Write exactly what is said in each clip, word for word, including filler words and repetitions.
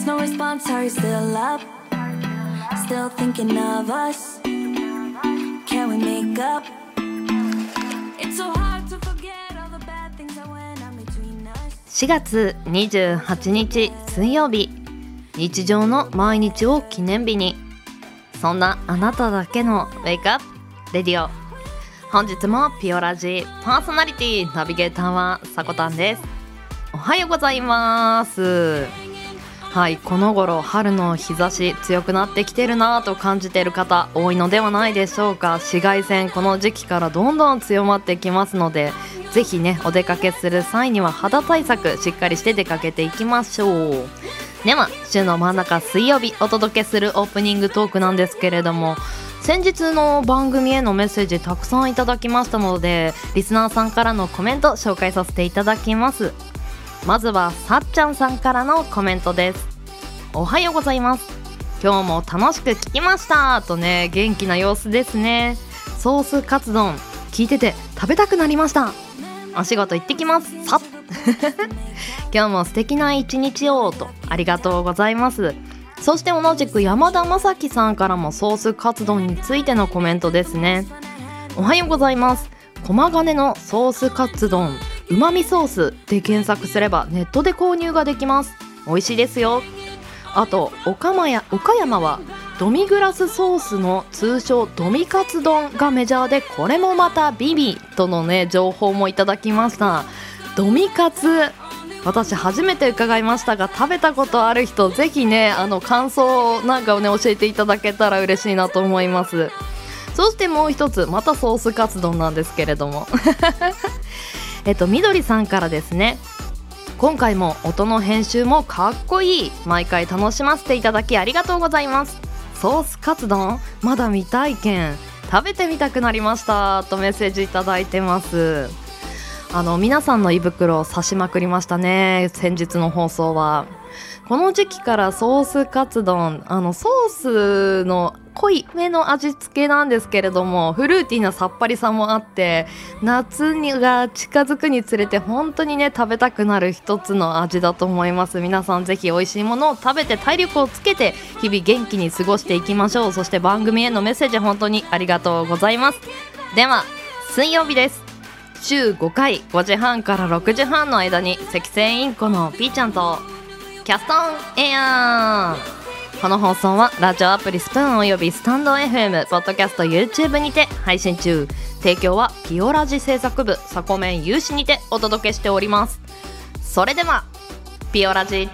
no response, are you still up? Still thinking of us? Can we make up? It's so hard to forget all the bad things that went on between us. しがつにじゅうはちにち水曜日、日常の毎日を記念日に、そんなあなただけのウェイクアップレディオ。本日もピオラジパーソナリティナビゲーターはさこたんです。おはようございます。はい、この頃春の日差し強くなってきてるなと感じている方多いのではないでしょうか。紫外線この時期からどんどん強まってきますので、ぜひねお出かけする際には肌対策しっかりして出かけていきましょう。では週の真ん中水曜日お届けするオープニングトークなんですけれども、先日の番組へのメッセージたくさんいただきましたので、リスナーさんからのコメント紹介させていただきます。まずはさっちゃんさんからのコメントです。おはようございます。今日も楽しく聞きましたとね、元気な様子ですね。ソースカツ丼聞いてて食べたくなりました。お仕事行ってきますさっ今日も素敵な一日をと、ありがとうございます。そして同じく山田正樹さんからもソースカツ丼についてのコメントですね。おはようございます。駒ヶ根のソースカツ丼うまみソースで検索すればネットで購入ができます。美味しいですよ。あと岡山、岡山はドミグラスソースの通称ドミカツ丼がメジャーで、これもまたビビとのね情報もいただきました。ドミカツ、私初めて伺いましたが、食べたことある人ぜひねあの感想なんかをね教えていただけたら嬉しいなと思います。そしてもう一つまたソースカツ丼なんですけれどもえっとみどりさんからですね。今回も音の編集もかっこいい、毎回楽しませていただきありがとうございます。ソースカツ丼まだ未体験、食べてみたくなりましたとメッセージいただいてます。あの皆さんの胃袋を刺しまくりましたね、先日の放送は。この時期からソースカツ丼、あのソースの濃いめの味付けなんですけれども、フルーティーなさっぱりさもあって、夏にが近づくにつれて本当にね食べたくなる一つの味だと思います。皆さんぜひ美味しいものを食べて体力をつけて日々元気に過ごしていきましょう。そして番組へのメッセージ本当にありがとうございます。では水曜日です。週ごかいごじはんからろくじはんの間に赤線インコのピーちゃんとキャストオンエアー。この放送はラジオアプリスプーンおよびスタンド エフエム、 ポッドキャスト YouTube にて配信中。提供はピオラジ制作部サコメン有志にてお届けしております。それではピオラジ、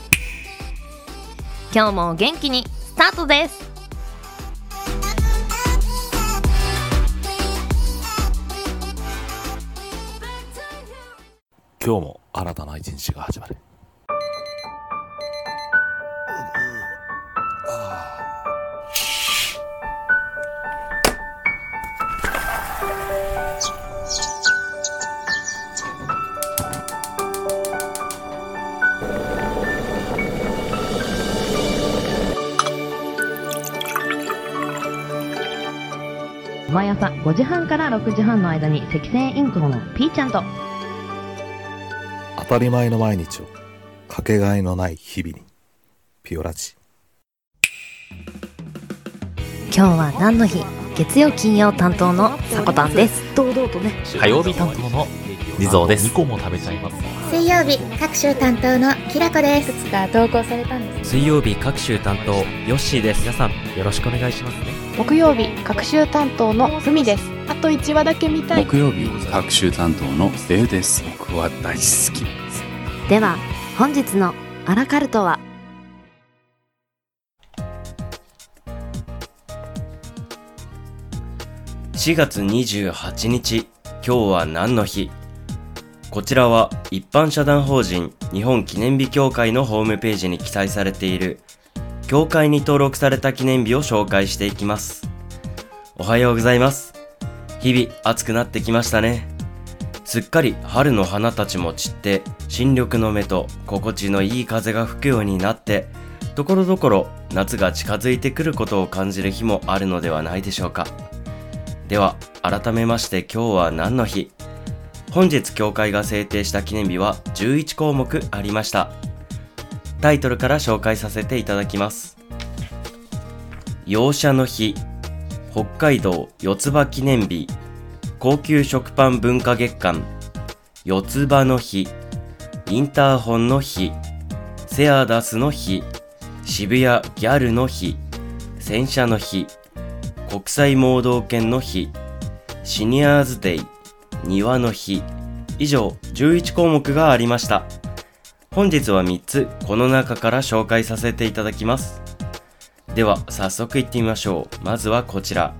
今日も元気にスタートです。 今日も新たな一日が始まる。 毎朝ごじはんからろくじはんの間に赤線インコのピーちゃんと当たり前の毎日をかけがえのない日々に、ピオラジ。 今日は何の日？月曜金曜担当のさこたんです。堂々とね。 火曜日担当のリゾーです。にこも食べちゃいます。 水曜日各週担当のきらこです。いくつか投稿されたんです。 水曜日各週担当ヨッシーです。皆さんよろしくお願いしますね。 木曜日各週担当のふみです。あといちわだけ見たい。 木曜日各週担当のレウです。僕は大好きです。 では本日のアラカルトは、 しがつにじゅうはちにち、今日は何の日？こちらは一般社団法人日本記念日協会のホームページに記載されている協会に登録された記念日を紹介していきます。おはようございます。日々暑くなってきましたね。すっかり春の花たちも散って、新緑の芽と心地のいい風が吹くようになって、ところどころ夏が近づいてくることを感じる日もあるのではないでしょうか。では改めまして今日は何の日？本日協会が制定した記念日はじゅういちこうもくありました。 タイトルから紹介させていただきます。洋車の日、北海道四つ葉記念日、高級食パン文化月間、四つ葉の日、インターホンの日、セアダスの日、渋谷ギャルの日、洗車の日、国際盲導犬の日、シニアーズデイ、庭の日、以上じゅういち項目がありました。本日はみっつこの中から紹介させていただきます。では早速いってみましょう。まずはこちら。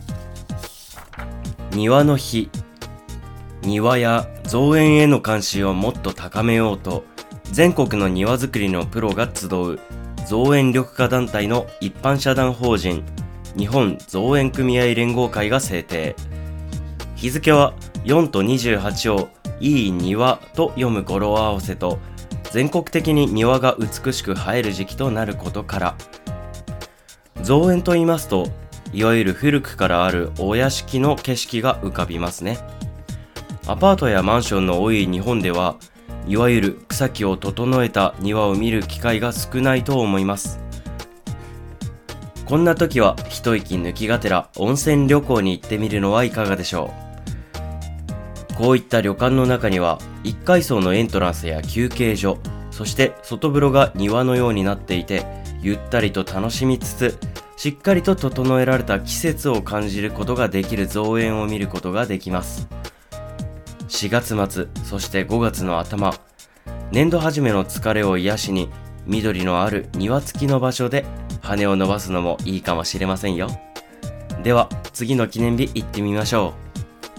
庭の日。庭や造園への関心をもっと高めようと、全国の庭づくりのプロが集う造園緑化団体の一般社団法人日本造園組合連合会が制定。日付はよんとにじゅうはちをいい庭と読む語呂合わせと、全国的に庭が美しく映える時期となることから、造園と言いますと、いわゆる古くからあるお屋敷の景色が浮かびますね。アパートやマンションの多い日本では、いわゆる草木を整えた庭を見る機会が少ないと思います。こんな時は一息抜きがてら温泉旅行に行ってみるのはいかがでしょう。こういった旅館の中にはいっかい層のエントランスや休憩所、そして外風呂が庭のようになっていて、ゆったりと楽しみつつ、しっかりと整えられた季節を感じることができる造園を見ることができます。しがつ末、そしてごがつの頭、年度初めの疲れを癒しに、緑のある庭付きの場所で羽を伸ばすのもいいかもしれませんよ。では次の記念日行ってみましょう。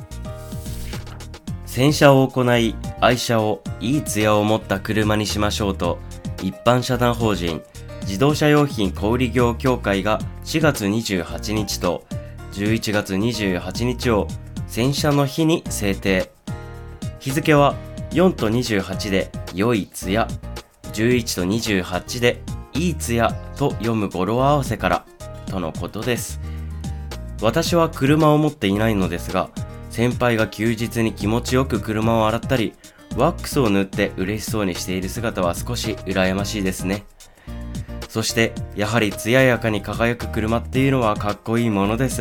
洗車を行い、愛車をいいツヤを持った車にしましょうと、一般社団法人自動車用品小売業協会がしがつにじゅうはちにちとじゅういちがつにじゅうはちにちを洗車の日に制定。日付はよんとにじゅうはちで良いツヤ、じゅういちとにじゅうはちでいいツヤと読む語呂合わせからとのことです。私は車を持っていないのですが、先輩が休日に気持ちよく車を洗ったり、ワックスを塗って嬉しそうにしている姿は少し羨ましいですね。そしてやはり艶やかに輝く車っていうのはかっこいいものです。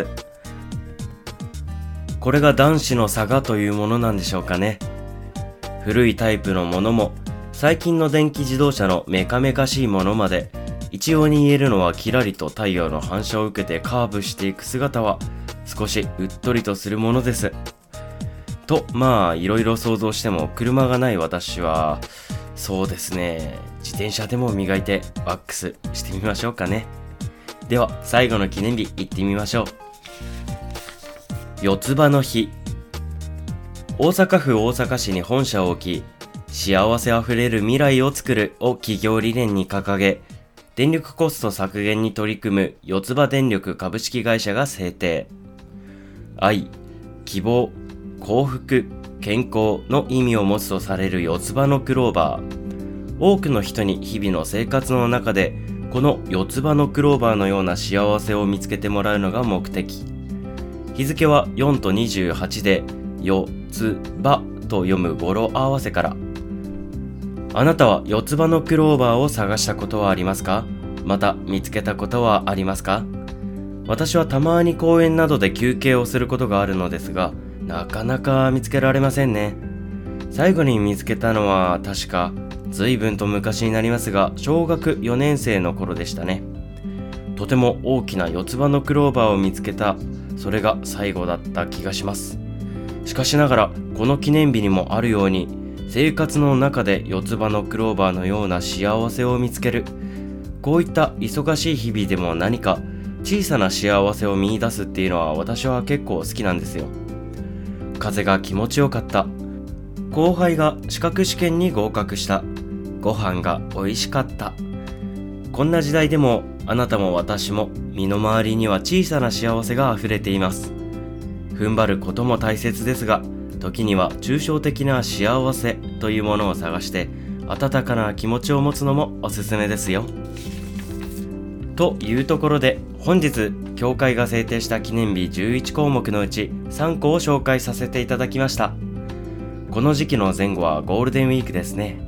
これが男子の差がというものなんでしょうかね。古いタイプのものも最近の電気自動車のメカメカしいものまで、一様に言えるのはキラリと太陽の反射を受けてカーブしていく姿は少しうっとりとするものです。と、まあいろいろ想像しても車がない私は、そうですね、自転車でも磨いてワックスしてみましょうかね。では最後の記念日行ってみましょう。四つ葉の日。大阪府大阪市に本社を置き、幸せあふれる未来を作るを企業理念に掲げ、電力コスト削減に取り組む四つ葉電力株式会社が制定。愛、希望、幸福、健康の意味を持つとされる四つ葉のクローバー。多くの人に日々の生活の中でこの四つ葉のクローバーのような幸せを見つけてもらうのが目的。日付はよんとにじゅうはちで四つ葉と読む語呂合わせから。あなたは四つ葉のクローバーを探したことはありますか？また見つけたことはありますか？私はたまに公園などで休憩をすることがあるのですが、なかなか見つけられませんね。最後に見つけたのは確か随分と昔になりますが、小学よねん生の頃でしたね。とても大きな四つ葉のクローバーを見つけた、それが最後だった気がします。しかしながらこの記念日にもあるように、生活の中で四つ葉のクローバーのような幸せを見つける、こういった忙しい日々でも何か小さな幸せを見出すっていうのは私は結構好きなんですよ。風が気持ちよかった、後輩が資格試験に合格した、ご飯が美味しかった。こんな時代でもあなたも私も身の回りには小さな幸せがあふれています。踏ん張ることも大切ですが、時には抽象的な幸せというものを探して温かな気持ちを持つのもおすすめですよ。というところで、本日協会が制定した記念日じゅういちこうもくのうちさんこを紹介させていただきました。この時期の前後はゴールデンウィークですね。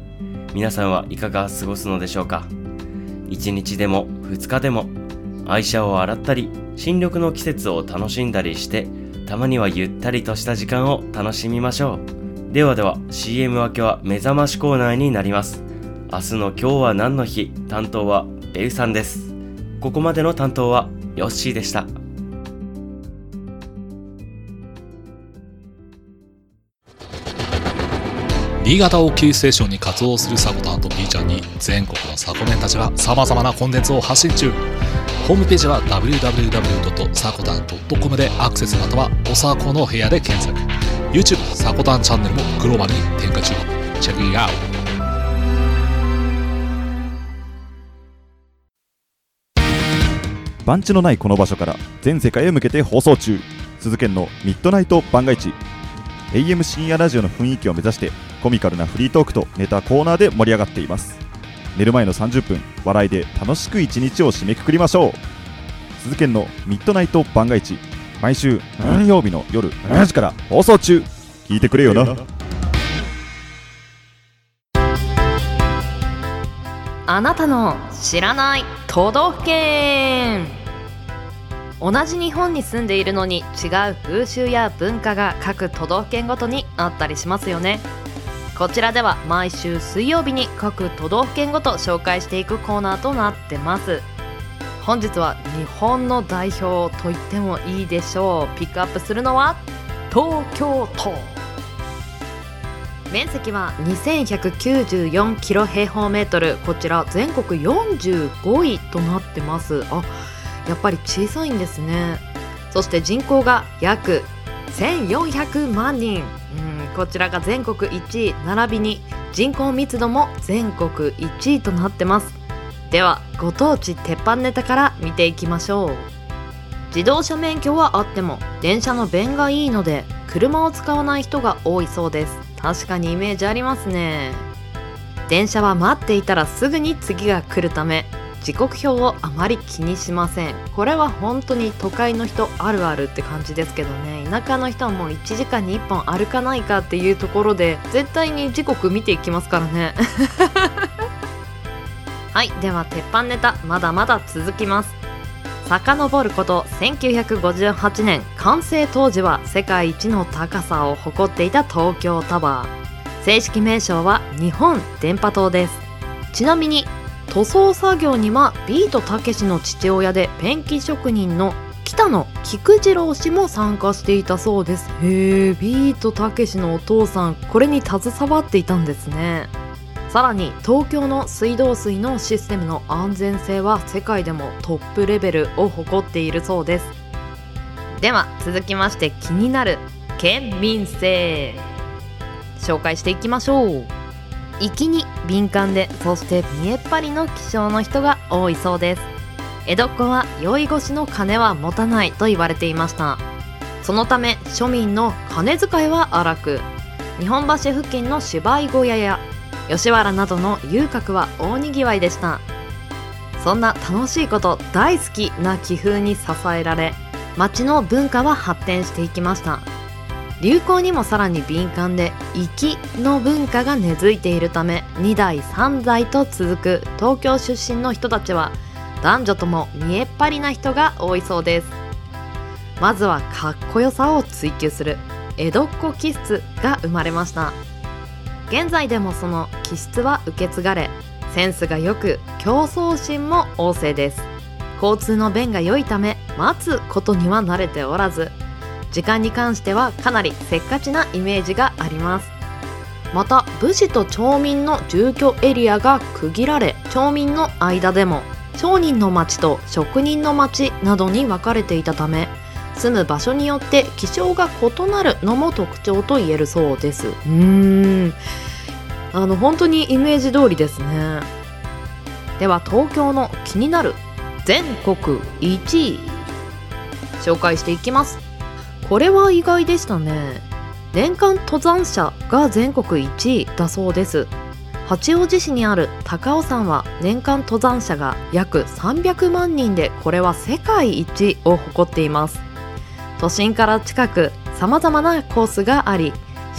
皆さんはいかが過ごすのでしょうか。いちにちでもふつかでも愛車を洗ったり新緑の季節を楽しんだりして、たまにはゆったりとした時間を楽しみましょう。ではでは シーエム 明けは目覚ましコーナーになります。明日の今日は何の日、担当はベウさんです。ここまでの担当はヨッシーでした。 新潟をキーステーションに活動するサコタンと B ちゃんに全国のサコメンたちがさまざまなコンテンツを発信中。ホームページは ダブリューダブリューダブリュードットサコタンドットコム でアクセス、またはおさこの部屋で検索。 YouTube サコタンチャンネルもグローバルに展開中。チェックイアウト。番地のないこの場所から全世界へ向けて放送中。鈴研のミッドナイト番外地。 エーエム 深夜ラジオの雰囲気を目指してコミカルなフリートークとネタコーナーで盛り上がっています。寝る前のさんじゅっぷん、笑いで楽しく一日を締めくくりましょう。鈴研のミッドナイト番外地、毎週何曜日の夜しちじから放送中。聞いてくれよな。 あなたの知らない都道府県。同じ日本に住んでいるのに違う風習や文化が各都道府県ごとにあったりしますよね。こちらでは毎週水曜日に各都道府県ごと紹介していくコーナーとなってます。本日は日本の代表と言ってもいいでしょう。ピックアップするのは東京都。面積はにせんひゃくきゅうじゅうよんキロ平方メートル。こちら全国よんじゅうごいとなってます。あ、やっぱり小さいんですね。そして人口が約せんよんひゃくまんにん。うん、こちらが全国いちい、並びに人口密度も全国いちいとなってます。ではご当地鉄板ネタから見ていきましょう。自動車免許はあっても電車の便がいいので車を使わない人が多いそうです。確かにイメージありますね。電車は待っていたらすぐに次が来るため時刻表をあまり気にしません。これは本当に都会の人あるあるって感じですけどね。田舎の人はもういちじかんにいっぽん歩かないかっていうところで絶対に時刻見ていきますからねはい、では鉄板ネタまだまだ続きます。遡ることせんきゅうひゃくごじゅうはちねん、完成当時は世界一の高さを誇っていた東京タワー。正式名称は日本電波塔です。ちなみに塗装作業にはビートたけしの父親でペンキ職人の北野菊次郎氏も参加していたそうです。へー、ビートたけしのお父さんこれに携わっていたんですね。さらに東京の水道水のシステムの安全性は世界でもトップレベルを誇っているそうです。では続きまして気になる県民性紹介していきましょう。粋に敏感で、そして見えっ張りの気性の人が多いそうです。江戸っ子は酔い越しの金は持たないと言われていました。そのため庶民の金遣いは荒く、日本橋付近の芝居小屋や吉原などの遊郭は大にぎわいでした。そんな楽しいこと大好きな気風に支えられ、町の文化は発展していきました。流行にもさらに敏感で粋の文化が根付いているため、にだいさんだいと続く東京出身の人たちは男女とも見えっ張りな人が多いそうです。まずはかっこよさを追求する江戸っ子気質が生まれました。現在でもその気質は受け継がれ、センスが良く競争心も旺盛です。交通の便が良いため待つことには慣れておらず、時間に関してはかなりせっかちなイメージがあります。また武士と町民の住居エリアが区切られ、町民の間でも商人の町と職人の町などに分かれていたため、住む場所によって気象が異なるのも特徴と言えるそうです。うーん、あの本当にイメージ通りですね。では東京の気になる全国いちい紹介していきます。これは意外でしたね。年間登山者が全国いちいだそうです。八王子市にある高尾山は年間登山者が約さんびゃくまんにんで、これは世界一を誇っています。都心から近く様々なコースがあり、